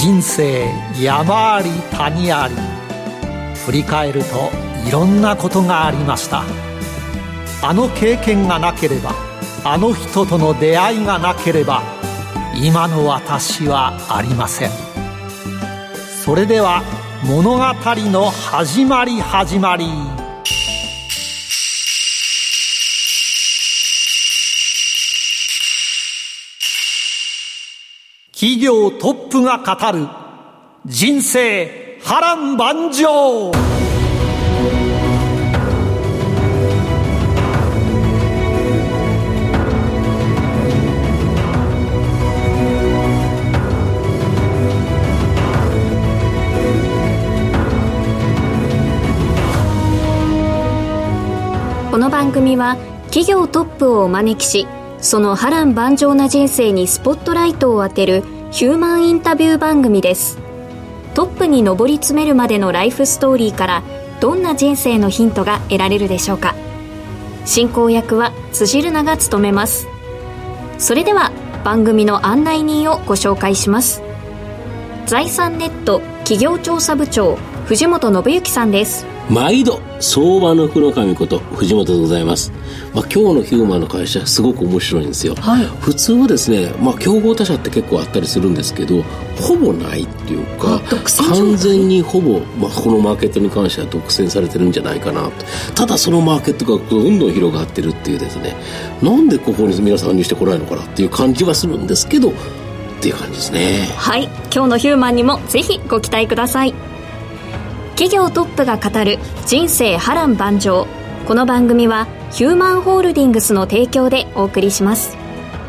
人生山あり谷あり、振り返るといろんなことがありました。あの経験がなければ、あの人との出会いがなければ、今の私はありません。それでは物語の始まり。企業トップが語る人生波乱万丈。 この番組は企業トップをお招きし、その波乱万丈な人生にスポットライトを当てるヒューマンインタビュー番組です。トップに上り詰めるまでのライフストーリーからどんな人生のヒントが得られるでしょうか。進行役は辻るなが務めます。それでは番組の案内人をご紹介します。財産ネット企業調査部長、藤本信之さんです。 毎度相場の福の神こと藤本でございます。今日のヒューマンの会社すごく面白いんですよ、はい、普通はですね、競合他社って結構あったりするんですけど、ほぼないっていうか、完全にほぼ、このマーケットに関しては独占されてるんじゃないかなと。ただそのマーケットがどんどん広がってるっていうですね、なんでここに皆さん参入してこないのかなっていう感じはするんですけどっていう感じですね。はい、 今日のヒューマンにもぜひご期待ください。企業トップが語る人生波乱万丈。この番組はヒューマンホールディングスの提供でお送りします。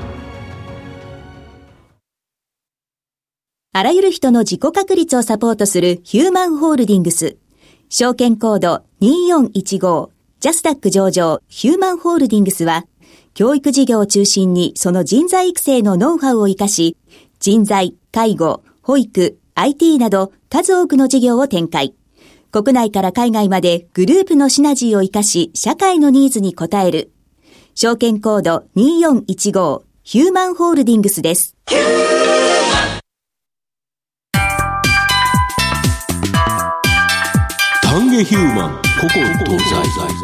あらゆる人の自己確立をサポートするヒューマンホールディングス。証券コード2415ジャスダック上場ヒューマンホールディングスは、教育事業を中心にその人材育成のノウハウを生かし、人材、介護、保育、IT など数多くの事業を展開。国内から海外までグループのシナジーを生かし、社会のニーズに応える。証券コード2415ヒューマンホールディングスです。 丹下ヒューマン古今東西。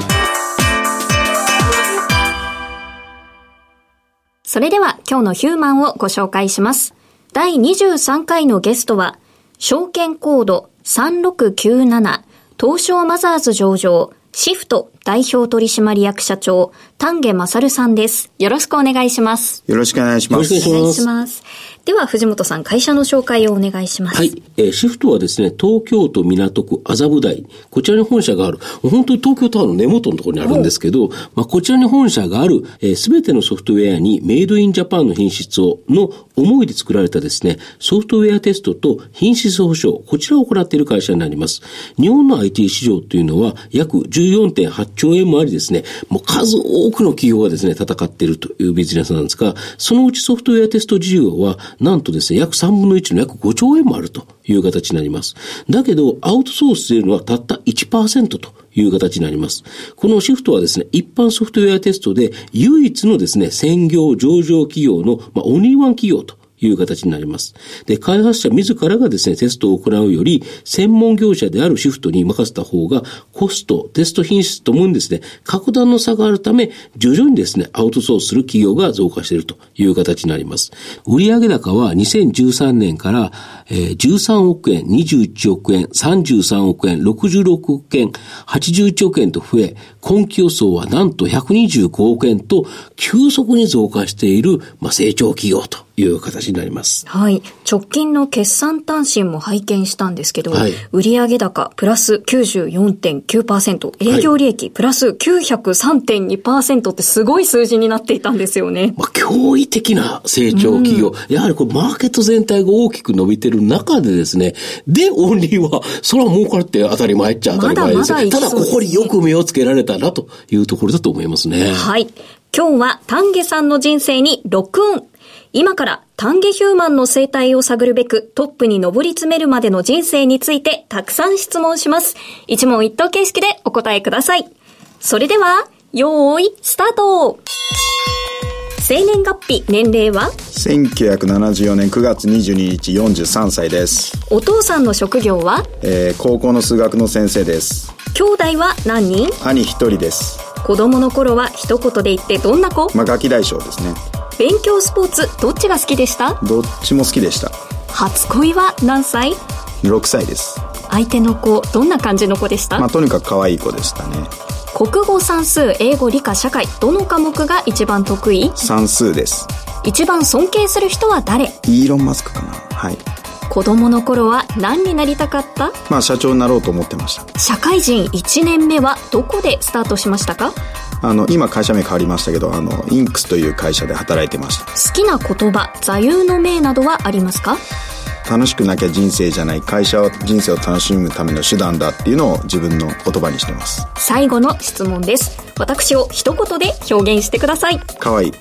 それでは今日のヒューマンをご紹介します。第23回のゲストは、証券コード3697東証マザーズ上場シフト代表取締役社長丹下勝さんです。よろしくお願いします。 よろしくお願いします。 お願いします。では藤本さん、会社の紹介をお願いします。 はい、シフトはですね、東京都港区麻布台、こちらに本社がある、本当に東京タワーの根元のところにあるんですけど、こちらに本社があるすべてのソフトウェアにメイドインジャパンの品質をの思いで作られたですね、ソフトウェアテストと品質保証、こちらを行っている会社になります。日本の IT 市場というのは約 14.8 兆円もありですね、もう数多くの企業がですね、戦っているというビジネスなんですが、そのうちソフトウェアテスト事業はなんとですね、約3分の1の約5兆円もあるという形になります。だけど、アウトソースというのはたった 1% という形になります。このシフトはですね、一般ソフトウェアテストで唯一のですね、専業上場企業の、オンリーワン企業という形になります。で、開発者自らがですね、テストを行うより、専門業者であるシフトに任せた方が、コスト、テスト品質ともにですね、格段の差があるため、徐々にですね、アウトソースする企業が増加しているという形になります。売上高は2013年から、13億円、21億円、33億円、66億円、81億円と増え、今期予想はなんと125億円と、急速に増加している、成長企業という形になります。 はい。直近の決算短信も拝見したんですけど、はい、売上高プラス 94.9%、営業利益プラス 903.2% ってすごい数字になっていたんですよね。 驚異的な成長企業。やはりこれマーケット全体が大きく伸びてる中でですね、で、オンリーは、それは儲かるって当たり前っちゃ当たり前ですよ。ただここによく目をつけられたなというところだと思いますね。 はい。今日は丹下さんの人生にロックオン。今から丹下ヒューマンの生態を探るべくトップに上り詰めるまでの人生についてたくさん質問します。一問一答形式でお答えください。それでは、よーい、スタート。 生年月日、年齢は？ 1974年9月22日43歳です。 お父さんの職業は？ 高校の数学の先生です。 兄弟は何人？ 兄1人です。 子供の頃は一言で言ってどんな子？ ガキ大将ですね。 勉強、スポーツ、どっちが好きでした？ どっちも好きでした。 初恋は何歳 ？6歳です。 相手の子、どんな感じの子でした？ とにかく可愛い子でしたね。 国語、算数、英語、理科、社会、どの科目が一番得意？ 算数です。 一番尊敬する人は誰？ イーロン・マスクかな。はい。 子供の頃は何になりたかった？ 社長になろうと思ってました。 社会人1年目はどこでスタートしましたか？ 今会社名変わりましたけど、インクスという会社で働いてました。 好きな言葉、座右の銘などはありますか？ 楽しくなきゃ人生じゃない、会社は人生を楽しむための手段だっていうのを自分の言葉にしてます。 最後の質問です。私を一言で表現してください。 かわいい。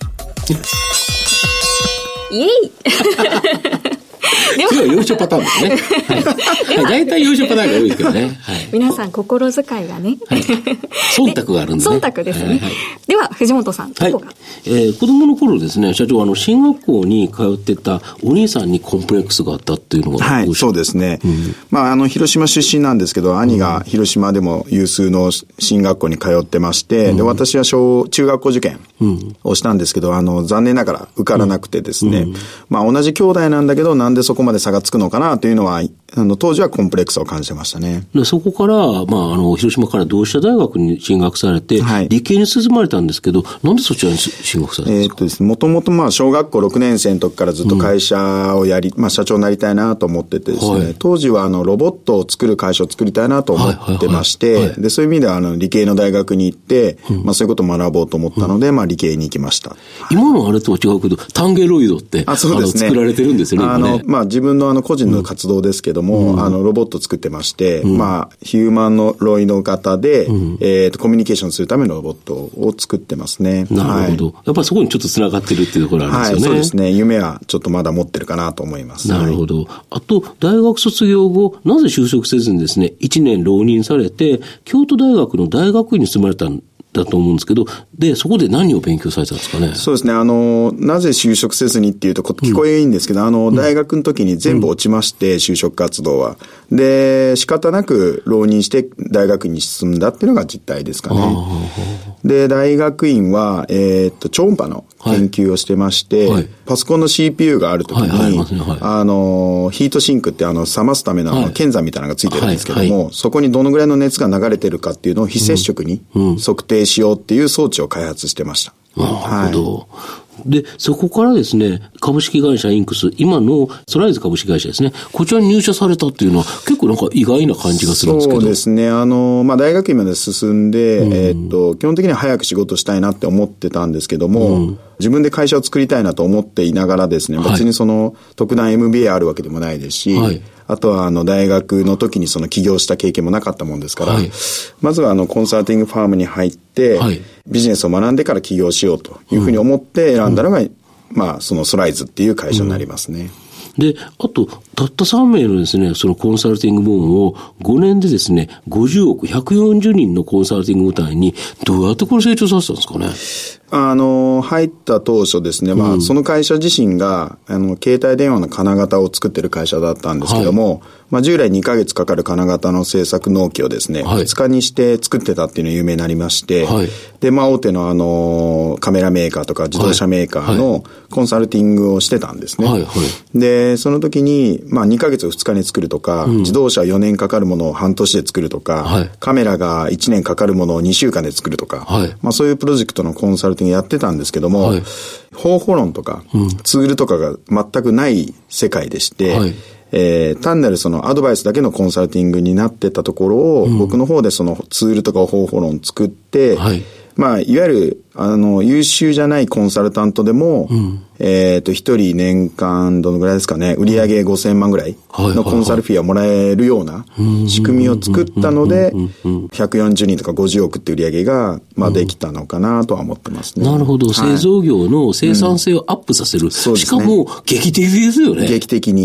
イエイ今日は優勝パターンですね。はい。大体優勝パターンが多いけどね。はい。 皆さん心遣いがね。 はい。忖度があるんでね。 忖度ですね。はいはい、では、藤本さん、どこが？ 子供の頃ですね、社長、進学校に通ってたお兄さんにコンプレックスがあったっていうのが。 はい、そうですね。広島出身なんですけど、兄が広島でも有数の進学校に通ってまして、で、私は中学校受験をしたんですけど、残念ながら受からなくてですね、同じ兄弟なんだけど、なんでそこまで差がつくのかなというのは、当時はコンプレックスを感じてましたね。 でそこから、広島から同志社大学に進学されて、理系に進まれたんですけど、なんでそちらに進学されたんですか？ ですね、もともと小学校6年生の時からずっと会社をやり、社長になりたいなと思っててですね、当時はロボットを作る会社を作りたいなと思ってまして、で、そういう意味では理系の大学に行って、そういうことを学ぼうと思ったので、理系に行きました。 今のあれとは違うけど、単ゲロイドって、 そうですね、 作られてるんですよね。 自分の個人の活動ですけども、ロボットを作ってまして、ヒューマンのロイド型で、コミュニケーションするためのロボットを作ってますね。 なるほど。やっぱりそこにちょっと繋がってるっていうところあるんですよね。 そうですね。夢はちょっとまだ持ってるかなと思います。 なるほど。あと、大学卒業後、なぜ就職せずにですね、1年浪人されて、京都大学の大学院に進まれたんだと思うんですけど、で、そこで何を勉強されたんですかね？ そうですね。なぜ就職せずにっていうと、聞こえいいんですけど、大学の時に全部落ちまして、就職活動は。で、仕方なく浪人して大学院に進んだっていうのが実態ですかね。で、大学院は、超音波の研究をしてまして、パソコンの CPU がある時に、ヒートシンクって冷ますための剣山みたいなのがついてるんですけども、そこにどのぐらいの熱が流れてるかっていうのを非接触に測定しようっていう装置を開発してました。 なるほど。で、そこからですね、株式会社インクス、今のソライズ株式会社ですね、こちらに入社されたっていうのは結構なんか意外な感じがするんですけど。 そうですね。大学院まで進んで、基本的には早く仕事したいなって思ってたんですけども、自分で会社を作りたいなと思っていながらですね、別に特段 MBA あるわけでもないですし、あとは大学の時に起業した経験もなかったもんですから、まずはコンサルティングファームに入って、ビジネスを学んでから起業しようというふうに思って選んだのが、ソライズっていう会社になりますね。 で、あと、たった3名のですね、そのコンサルティング部門を5年でですね、50億、140人のコンサルティング部隊にどうやってこれ成長させたんですかね？ 入った当初ですね、その会社自身が、携帯電話の金型を作ってる会社だったんですけども、従来2ヶ月かかる金型の製作納期をですね、2日にして作ってたっていうのが有名になりまして、で、大手のカメラメーカーとか自動車メーカーのコンサルティングをしてたんですね。で、その時に、2ヶ月2日に作るとか、自動車4年かかるものを半年で作るとか、カメラが1年かかるものを2週間で作るとか、そういうプロジェクトのコンサルティングやってたんですけども、方法論とか、ツールとかが全くない世界でして、単なるアドバイスだけのコンサルティングになってたところを、僕の方でツールとか方法論作って、いわゆる、優秀じゃないコンサルタントでも、一人年間どのぐらいですかね、売上5000万ぐらいのコンサルフィーをもらえるような仕組みを作ったので、140人とか50億って売上が、できたのかなとは思ってますね。 なるほど。製造業の生産性をアップさせる。しかも、劇的ですよね。 劇的に。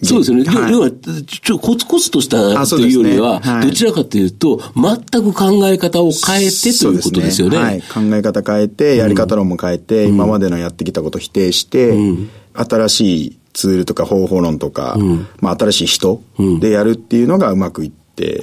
そうですよね。要は、コツコツとしたというよりは、どちらかというと、全く考え方を変えてということですよね。 はい。考え方変えて、やり方論も変えて、今までのやってきたことを否定して、新しいツールとか方法論とか、新しい人でやるっていうのがうまくいって、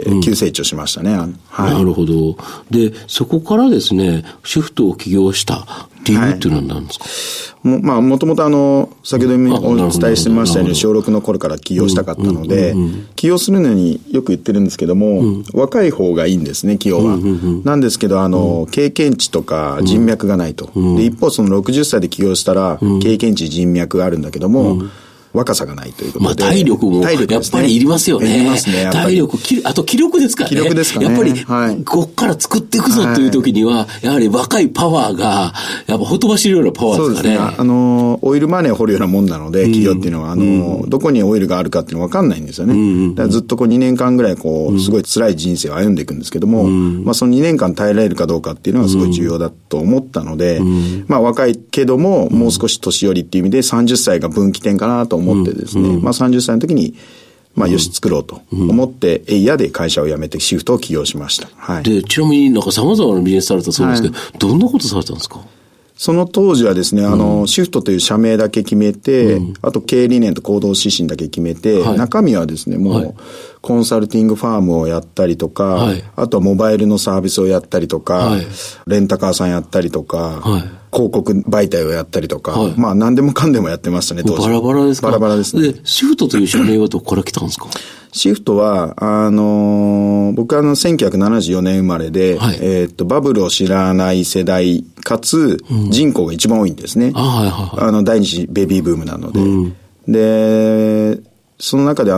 急成長しましたね。 はい。なるほど。で、そこからですね、シフトを起業した理由っていうのは何ですか？ もともと先ほどお伝えしてましたように、小6の頃から起業したかったので、起業するのによく言ってるんですけども、若い方がいいんですね、起業は。なんですけど、経験値とか人脈がないと。で、一方その60歳で起業したら、経験値人脈があるんだけども、若さがないということで。 体力もやっぱりいりますよね。 いりますね。 体力、あと気力ですからね。 気力ですかね。 やっぱり、こっから作っていくぞという時には、やはり若いパワーが、やっぱほとばしるようなパワーですかね。 そうですね。オイルマネーを掘るようなもんなので、企業っていうのは、どこにオイルがあるかっていうのは分かんないんですよね。だからずっと2年間ぐらいすごい辛い人生を歩んでいくんですけども、その2年間耐えられるかどうかっていうのがすごい重要だと思ったので、若いけども、もう少し年寄りっていう意味で30歳が分岐点かなと思ってですね、30歳の時に、よし作ろうと思って、エイヤで会社を辞めてシフトを起業しました。はい。 で、ちなみに様々なビジネスされたそうですけど、どんなことされたんですか？ その当時はですね、シフトという社名だけ決めて、あと経営理念と行動指針だけ決めて、中身はですね、もう、コンサルティングファームをやったりとか、あとはモバイルのサービスをやったりとか、レンタカーさんやったりとか、広告媒体をやったりとか、何でもかんでもやってましたね、当時。 バラバラですか？ バラバラですね。 で、シフトという社名はどこから来たんですか？ シフトは、僕は1974年生まれで、バブルを知らない世代、かつ、人口が一番多いんですね。第二次ベビーブームなので。で、その中で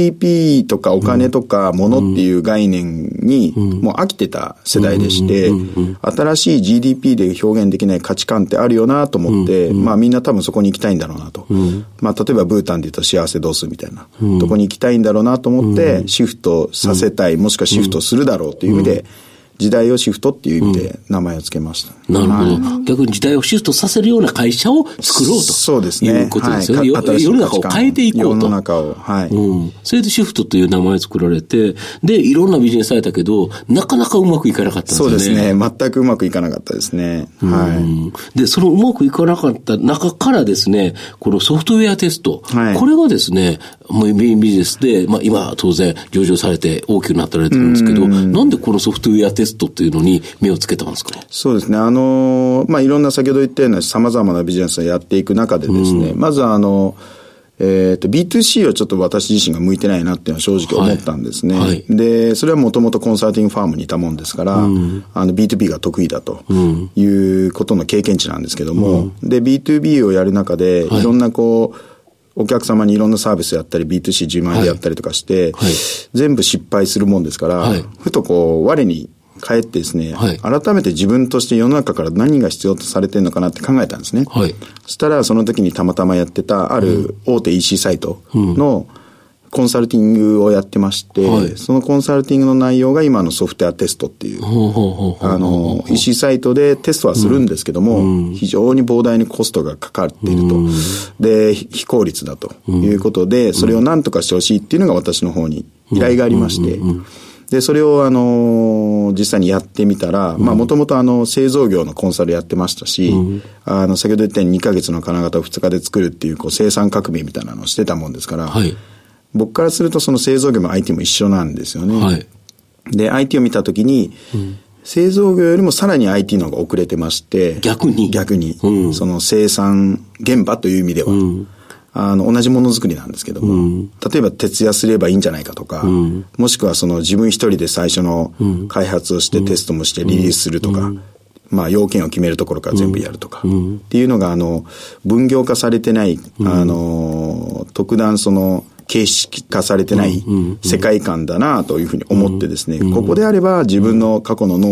GDP とかお金とか物っていう概念にもう飽きてた世代でして、新しい GDP で表現できない価値観ってあるよなと思って、みんな多分そこに行きたいんだろうなと。例えばブータンで言うと幸せどうするみたいなとこに行きたいんだろうなと思って、シフトさせたい、もしくはシフトするだろうという意味で、時代をシフトっていう意味で名前を付けました。 なるほど。逆に時代をシフトさせるような会社を作ろうと。 そうですね。 いうことですよね。世の中を変えていこうと。 世の中を。 それでシフトという名前を作られて、で、いろんなビジネスされたけど、なかなかうまくいかなかったんですよね。 そうですね。全くうまくいかなかったですね。 で、そのうまくいかなかった中からですね、このソフトウェアテスト。これがですね、メインビジネスで、今当然上場されて大きくなってられてるんですけど、なんでこのソフトウェアテストっていうのに目をつけたんですか？ そうですね。いろんな先ほど言ったような様々なビジネスをやっていく中でですね、まずB2C をちょっと私自身が向いてないなっていうのは正直思ったんですね。で、それはもともとコンサルティングファームにいたもんですから、B2B が得意だということの経験値なんですけども、で、B2B をやる中で、いろんなお客様にいろんなサービスやったり B2C 自前でやったりとかして、全部失敗するもんですから、ふと我に返ってですね、改めて自分として世の中から何が必要とされてるのかなって考えたんですね。そしたらその時にたまたまやってたある大手 EC サイトのコンサルティングをやってまして、そのコンサルティングの内容が今のソフトウェアテストっていう、EC サイトでテストはするんですけども、非常に膨大にコストがかかっていると。で、非効率だということで、それを何とかしてほしいっていうのが私の方に依頼がありまして、で、それを実際にやってみたら、もともと製造業のコンサルやってましたし、先ほど言ったように2ヶ月の金型を2日で作るっていう生産革命みたいなのをしてたもんですから、僕からするとその製造業も IT も一緒なんですよね。で、IT を見たときに、製造業よりもさらに IT の方が遅れてまして、 逆に、 その生産現場という意味では、同じものづくりなんですけども、例えば徹夜すればいいんじゃないかとか、もしくはその自分一人で最初の開発をしてテストもしてリリースするとか、要件を決めるところから全部やるとか、っていうのが分業化されてない、特段その形式化されてない世界観だなというふうに思ってですね、ここであれば自分の過去の脳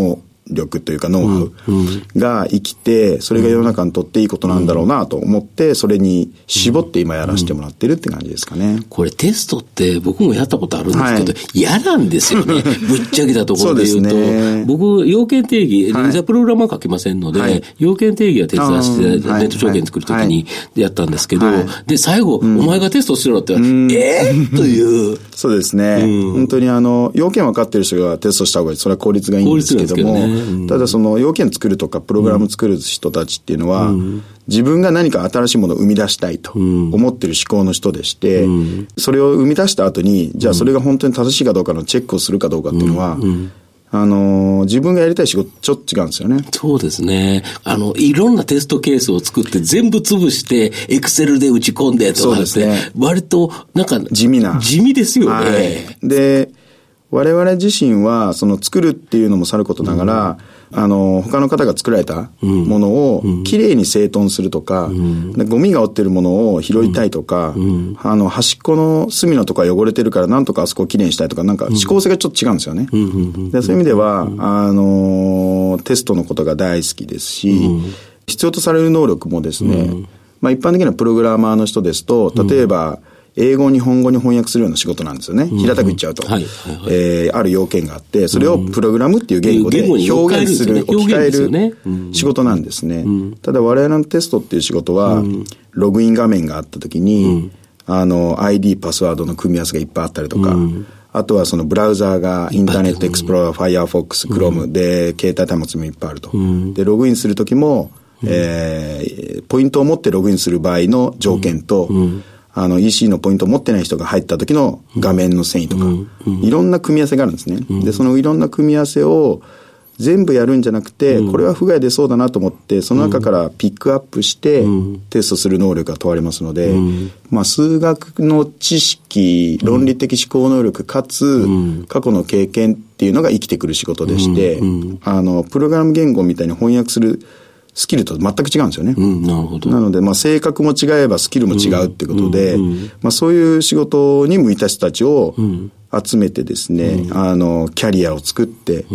力というかノウハウが生きて、それが世の中にとっていいことなんだろうなと思って、それに絞って今やらせてもらってるって感じですかね。 これテストって僕もやったことあるんですけど、嫌なんですよね。ぶっちゃけたところで言うと。僕、要件定義、リザプログラムは書けませんので、要件定義は手伝わせて、ネット証券作るときにやったんですけど、で、最後、お前がテストするのって、という。 そうですね。本当に要件分かってる人がテストした方がいい。それは効率がいいんですけども、ただその要件作るとかプログラム作る人たちっていうのは、自分が何か新しいものを生み出したいと思ってる思考の人でして、それを生み出した後に、じゃあそれが本当に正しいかどうかのチェックをするかどうかっていうのは、自分がやりたい仕事ちょっと違うんですよね。 そうですね。いろんなテストケースを作って全部潰してエクセルで打ち込んでとかって、割となんか地味ですよね。 で、我々自身はその作るっていうのもさることながら、他の方が作られたものをきれいに整頓するとか、ゴミが落ちてるものを拾いたいとか、端っこの隅のとこが汚れてるからなんとかあそこをきれいにしたいとか、なんか思考性がちょっと違うんですよね。でそういう意味ではテストのことが大好きですし、必要とされる能力もですね、一般的なプログラマーの人ですと、例えば英語を日本語に翻訳するような仕事なんですよね。平たく言っちゃうと。ある要件があって、それをプログラムっていう言語で表現する、置き換える仕事なんですね。ただ我々のテストっていう仕事は、ログイン画面があった時に、ID、パスワードの組み合わせがいっぱいあったりとか、あとはそのブラウザーがインターネットエクスプローラー、Firefox、Chrome で携帯端末もいっぱいあると。で、ログインする時も、ポイントを持ってログインする場合の条件と、EC のポイントを持ってない人が入った時の画面の遷移とか、いろんな組み合わせがあるんですね。で、そのいろんな組み合わせを全部やるんじゃなくて、これは不具合出そうだなと思って、その中からピックアップしてテストする能力が問われますので、数学の知識、論理的思考能力かつ、過去の経験っていうのが生きてくる仕事でして、プログラム言語みたいに翻訳するスキルと全く違うんですよね。 なるほど。 なので、性格も違えばスキルも違うってことで、そういう仕事に向いた人たちを集めてですね、キャリアを作って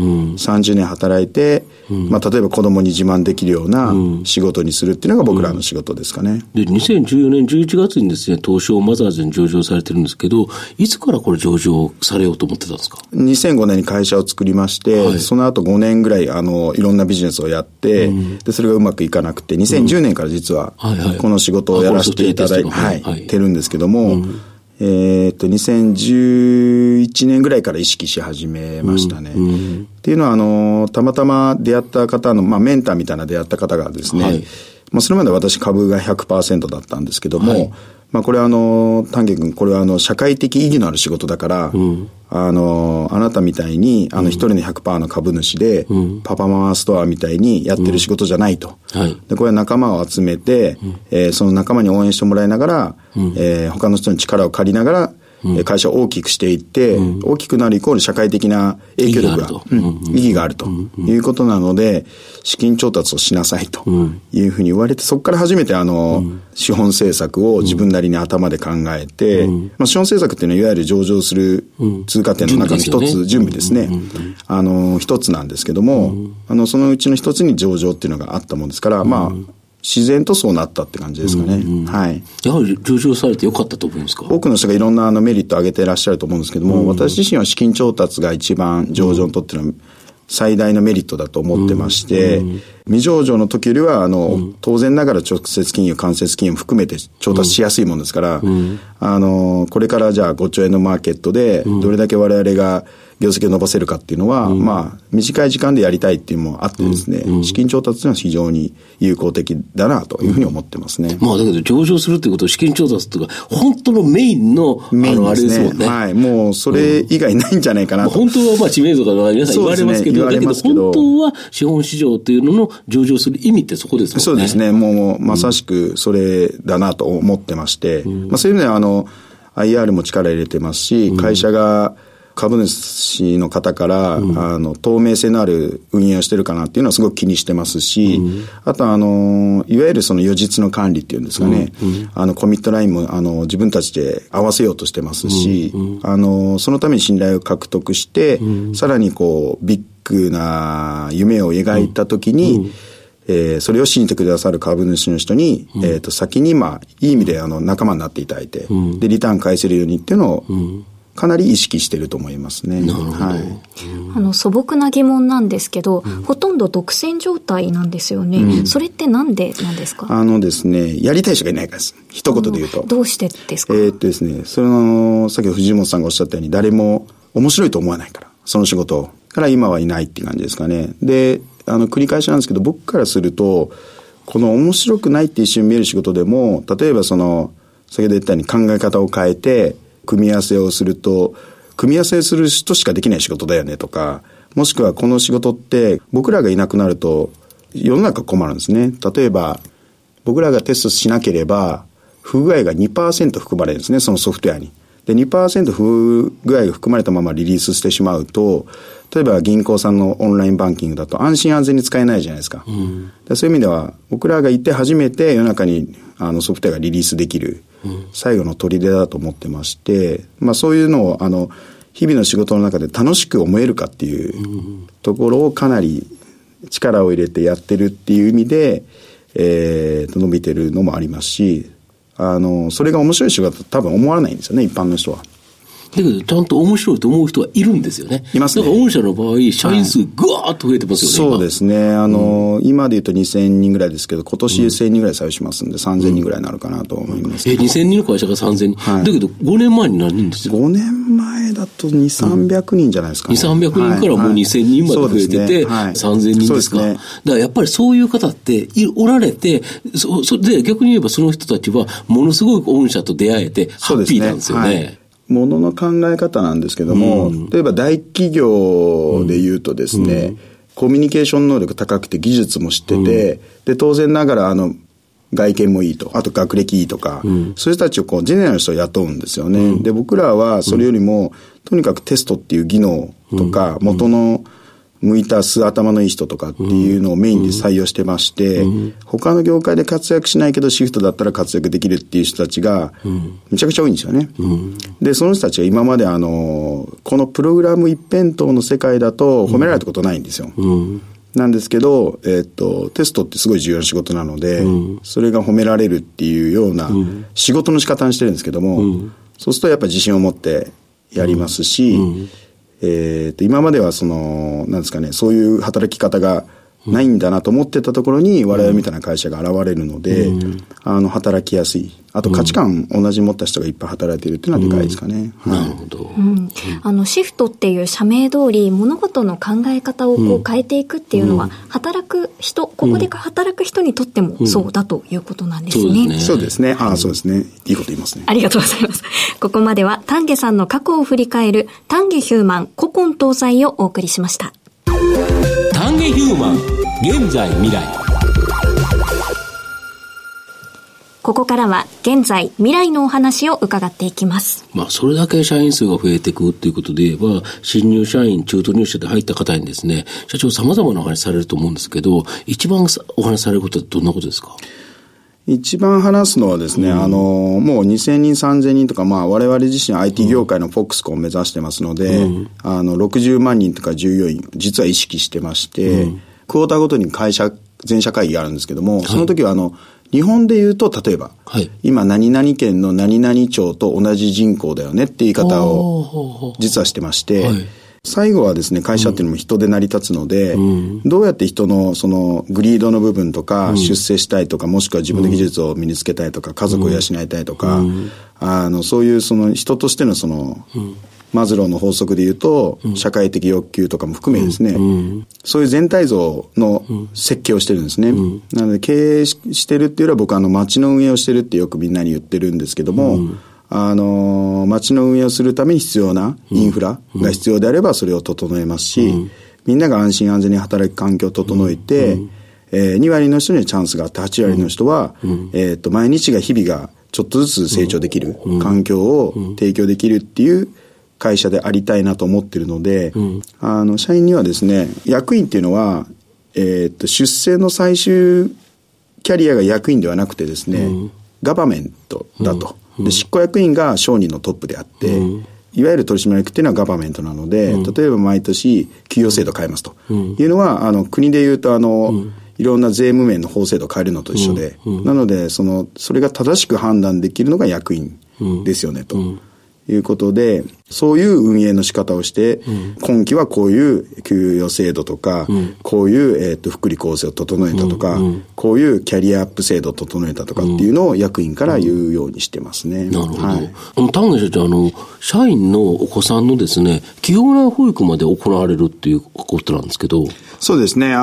、30年働いて、例えば子供に自慢できるような仕事にするっていうのが僕らの仕事ですかね。 で、2014年11月にですね、東証マザーズに上場されてるんですけど、いつからこれ上場されようと思ってたんですか ？2005年に会社を作りまして、その後5年ぐらい、いろんなビジネスをやって、で、それがうまくいかなくて、2010年から実は、この仕事をやらせていただいてるんですけども、2011年ぐらいから意識し始めましたね。っていうのは、たまたま出会った方の、メンターみたいな出会った方がですね、それまで私株が 100% だったんですけども、これは丹下君、これは社会的意義のある仕事だから、あなたみたいに、一人の 100% の株主で、パパママストアみたいにやってる仕事じゃないと。で、これは仲間を集めて、その仲間に応援してもらいながら、他の人に力を借りながら、会社を大きくしていって、大きくなるイコール社会的な影響力が、意義があるということなので、資金調達をしなさいというふうに言われて、そこから初めて資本政策を自分なりに頭で考えて、資本政策っていうのはいわゆる上場する通過点の中の一つ、準備ですね。一つなんですけども、そのうちの一つに上場っていうのがあったもんですから、自然とそうなったって感じですかね。 やはり上場されてよかったと思いますか？ 多くの人がいろんなメリットを挙げていらっしゃると思うんですけども、私自身は資金調達が一番上場にとっての最大のメリットだと思ってまして、未上場の時よりは当然ながら直接金融、間接金融も含めて調達しやすいものですから、これからじゃあ5兆円のマーケットでどれだけ我々が業績を伸ばせるかっていうのは、短い時間でやりたいっていうのもあってですね、資金調達というのは非常に有効的だなというふうに思ってますね。 だけど上場するっていうことを資金調達というか、本当のメインの、あれですもんね。 もうそれ以外ないんじゃないかなと。 本当は知名度とか皆さん言われますけど、だけど本当は資本市場っていうのの上場する意味ってそこですもんね。 そうですね。もうまさしくそれだなと思ってまして、そういう意味ではIR も力入れてますし、会社が株主の方から、透明性のある運営をしてるかなっていうのはすごく気にしてますし、あといわゆるその予実の管理っていうんですかね、コミットラインも自分たちで合わせようとしてますし、そのために信頼を獲得して、さらにビックな夢を描いたときに、それを信じてくださる株主の人に、先にいい意味で仲間になっていただいて、でリターン返せるようにっていうのを、かなり意識していると思いますね。 なるほど。 はい、 素朴な疑問なんですけど、ほとんど独占状態なんですよね。それってなんでなんですか？ ですね、やりたい人がいないからです。一言で言うと。 どうしてですか？ ですね、それ先ほど藤本さんがおっしゃったように、誰も面白いと思わないから、その仕事から今はいないっていう感じですかね。で、繰り返しなんですけど、僕からすると、この面白くないって一瞬見える仕事でも、例えば先ほど言ったように考え方を変えて、組み合わせをすると、組み合わせする人しかできない仕事だよねとか、もしくはこの仕事って僕らがいなくなると世の中困るんですね。例えば僕らがテストしなければ不具合が 2% 含まれるんですね、そのソフトウェアに。で 2% 不具合が含まれたままリリースしてしまうと、例えば銀行さんのオンラインバンキングだと安心安全に使えないじゃないですか。でそういう意味では僕らがいて初めて世の中にソフトウェアがリリースできる最後の砦だと思ってまして、そういうのを日々の仕事の中で楽しく思えるかっていうところをかなり力を入れてやってるっていう意味で、伸びてるのもありますし、それが面白い仕事だと多分思わないんですよね、一般の人は。 だけどちゃんと面白いと思う人はいるんですよね。 いますね。 だから御社の場合社員数ぐわーっと増えてますよね。 そうですね。今で言うと2000人ぐらいですけど、今年1000人ぐらい採用しますんで、3000人ぐらいになるかなと思います。 2000人の会社が3000人、はい、だけど5年前に何人ですよ。 5年前だと2、300人じゃないですかね。 2、300人からもう2000人まで増えてて、3000人ですか。だからやっぱりそういう方っておられて、で逆に言えばその人たちはものすごい御社と出会えてハッピーなんですよね。 ものの考え方なんですけども、例えば大企業で言うとですね、コミュニケーション能力高くて技術も知ってて、で当然ながら外見もいいと、あと学歴いいとか、そういう人たちをジェネラルの人を雇うんですよね。で僕らはそれよりも、とにかくテストっていう技能とか、元の向いた素頭のいい人とかっていうのをメインで採用してまして、他の業界で活躍しないけどシフトだったら活躍できるっていう人たちがめちゃくちゃ多いんですよね。でその人たちが今までこのプログラム一辺倒の世界だと褒められたことないんですよ。なんですけど、テストってすごい重要な仕事なので、それが褒められるっていうような仕事の仕方にしてるんですけども、そうするとやっぱり自信を持ってやりますし、今まではなんですかね、そういう働き方がないんだなと思ってたところに我々みたいな会社が現れるので、働きやすい。あと価値観同じ持った人がいっぱい働いているっていうのはでかいですかね。 なるほど。 シフトっていう社名通り物事の考え方を変えていくっていうのは、働く人、ここで働く人にとってもそうだということなんですね。 そうですね。そうですね。いいこと言いますね。 ありがとうございます。ここまでは丹下さんの過去を振り返る丹下ヒューマン古今東西をお送りしました。 丹下ヒューマン現在未来。 ここからは現在未来のお話を伺っていきます。 それだけ社員数が増えていくということで言えば、新入社員、中途入社で入った方にですね、社長様々なお話されると思うんですけど、一番お話されることはどんなことですか？ 一番話すのはですね、もう2000人、3000人とか、我々自身 IT 業界のフォックスコンを目指してますので、60万人とか従業員、実は意識してまして、クォーターごとに会社、全社会議があるんですけども、その時は日本で言うと、例えば、今何々県の何々町と同じ人口だよねっていう言い方を実はしてまして、最後はですね、会社っていうのも人で成り立つので、どうやって人のそのグリードの部分とか、出世したいとか、もしくは自分の技術を身につけたいとか、家族を養いたいとか、そういうその人としてのマズローの法則で言うと、社会的欲求とかも含めですね、そういう全体像の設計をしてるんですね。なので経営してるっていうよりは僕は街の運営をしてるってよくみんなに言ってるんですけども、街の運営をするために必要なインフラが必要であればそれを整えますし、みんなが安心安全に働く環境を整えて、2割の人にはチャンスがあって8割の人は、毎日が日々がちょっとずつ成長できる環境を提供できるっていう会社でありたいなと思っているので、社員にはですね、役員っていうのは、出世の最終キャリアが役員ではなくてですね、ガバメントだと。で執行役員が商人のトップであって、 いわゆる取締役っていうのはガバメントなので、例えば毎年給与制度変えますというのは、国でいうといろんな税務面の法制度を変えるのと一緒で、なのでそれが正しく判断できるのが役員ですよねということで、そういう運営の仕方をして、今期はこういう給与制度とか、こういう、福利厚生を整えたとか、こういうキャリアアップ制度を整えたとかっていうのを役員から言うようにしてますね。 なるほど。はい、丹下社長、社員のお子さんのですね、企業内保育まで行われるっていうことなんですけど。 そうですね。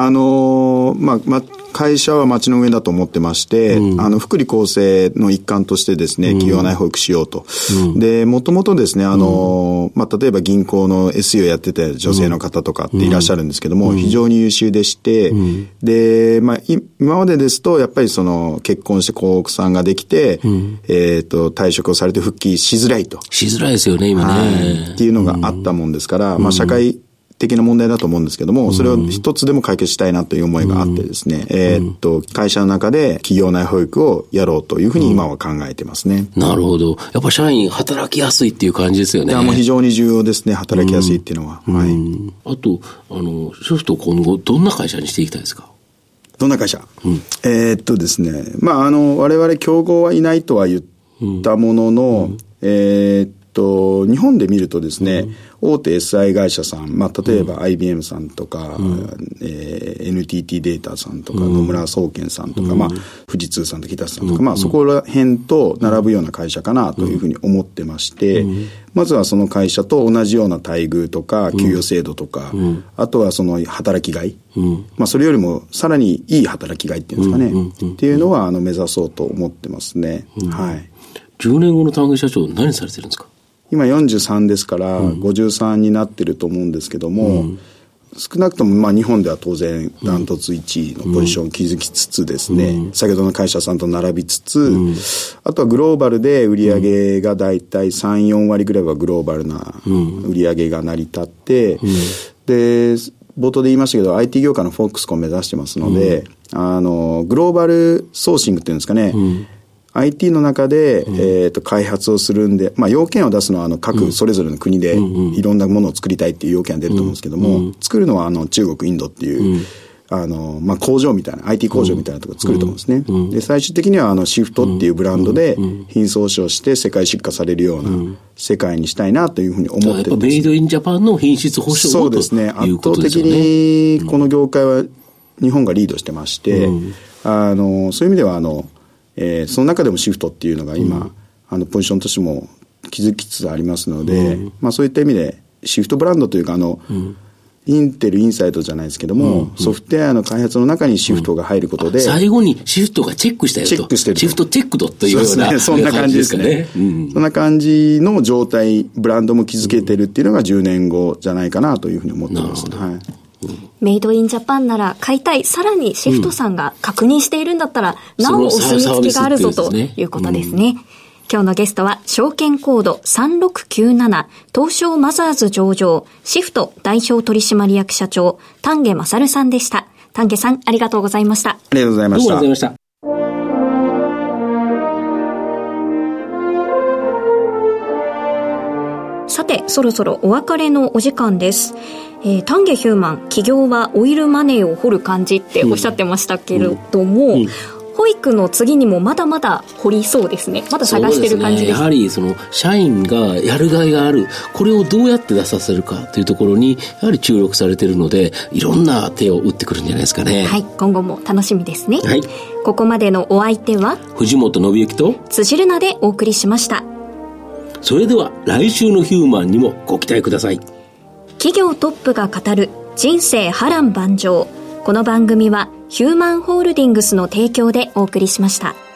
会社は町の上だと思ってまして、福利厚生の一環としてですね、企業内保育しようと。で、もともとですね、例えば銀行の SE をやってた女性の方とかっていらっしゃるんですけども、非常に優秀でして、で、今までですと、やっぱり結婚して奥さんができて、退職をされて復帰しづらいと。 しづらいですよね、今ね。 っていうのがあったもんですから、社会的な問題だと思うんですけども、それを一つでも解決したいなという思いがあってですね、会社の中で企業内保育をやろうというふうに今は考えてますね。 なるほど。やっぱ社員働きやすいっていう感じですよね。 いや、もう非常に重要ですね、働きやすいっていうのは。はい。 あと、シフト今後どんな会社にしていきたいですか？ どんな会社？ですね、我々競合はいないとは言ったものの、日本で見るとですね、大手 SI 会社さん、例えば IBM さんとか、NTT データさんとか、野村総研さんとか、富士通さんとか日立さんとか、そこら辺と並ぶような会社かなというふうに思ってまして、まずはその会社と同じような待遇とか、給与制度とか、あとはその働きがい、それよりもさらにいい働きがいっていうんですかね、っていうのは目指そうと思ってますね。はい。 10年後の丹下社長何されてるんですか？ 今43ですから、53になってると思うんですけども、少なくとも日本では当然ダントツ1位のポジションを築きつつですね、先ほどの会社さんと並びつつ、あとはグローバルで売上がだいたい3、4割ぐらいはグローバルな売上が成り立って、で、冒頭で言いましたけど IT 業界のフォックスコン目指してますので、グローバルソーシングっていうんですかね、IT の中で、開発をするんで、要件を出すのは各それぞれの国でいろんなものを作りたいっていう要件が出ると思うんですけども、作るのは中国、インドっていう、工場みたいな、IT 工場みたいなところを作ると思うんですね。で、最終的にはシフトっていうブランドで品相使用して世界出荷されるような世界にしたいなというふうに思ってるんです。 やっぱメイドインジャパンの品質保証をということですよね。 圧倒的にこの業界は日本がリードしてまして、そういう意味ではその中でもシフトっていうのが今、ポジションとしても築きつつありますので、そういった意味でシフトブランドというかインテルインサイトじゃないですけども、ソフトウェアの開発の中にシフトが入ることで、 最後にシフトがチェックしたよと。チェックしてる。シフトチェックドというような、 そんな感じですね。そんな感じの状態、ブランドも築けてるっていうのが10年後じゃないかなというふうに思ってます。 メイドインジャパンなら買いたい、さらにシフトさんが確認しているんだったら、なおお墨付きがあるぞということですね。今日のゲストは証券コード3697東証マザーズ上場シフト代表取締役社長丹下勝さんでした。丹下さん、ありがとうございました。 ありがとうございました。 どうもありがとうございました。 さて、そろそろお別れのお時間です。丹下ヒューマン、企業はオイルマネーを掘る感じっておっしゃってましたけれども、保育の次にもまだまだ掘りそうですね。まだ探してる感じです。 やはり社員がやるがいがある、これをどうやって出させるかというところにやはり注力されているので、いろんな手を打ってくるんじゃないですかね。 はい、今後も楽しみですね。 はい、 ここまでのお相手は藤本信之と辻るなでお送りしました。 それでは来週のヒューマンにもご期待ください。 企業トップが語る人生波乱万丈。この番組はヒューマンホールディングスの提供でお送りしました。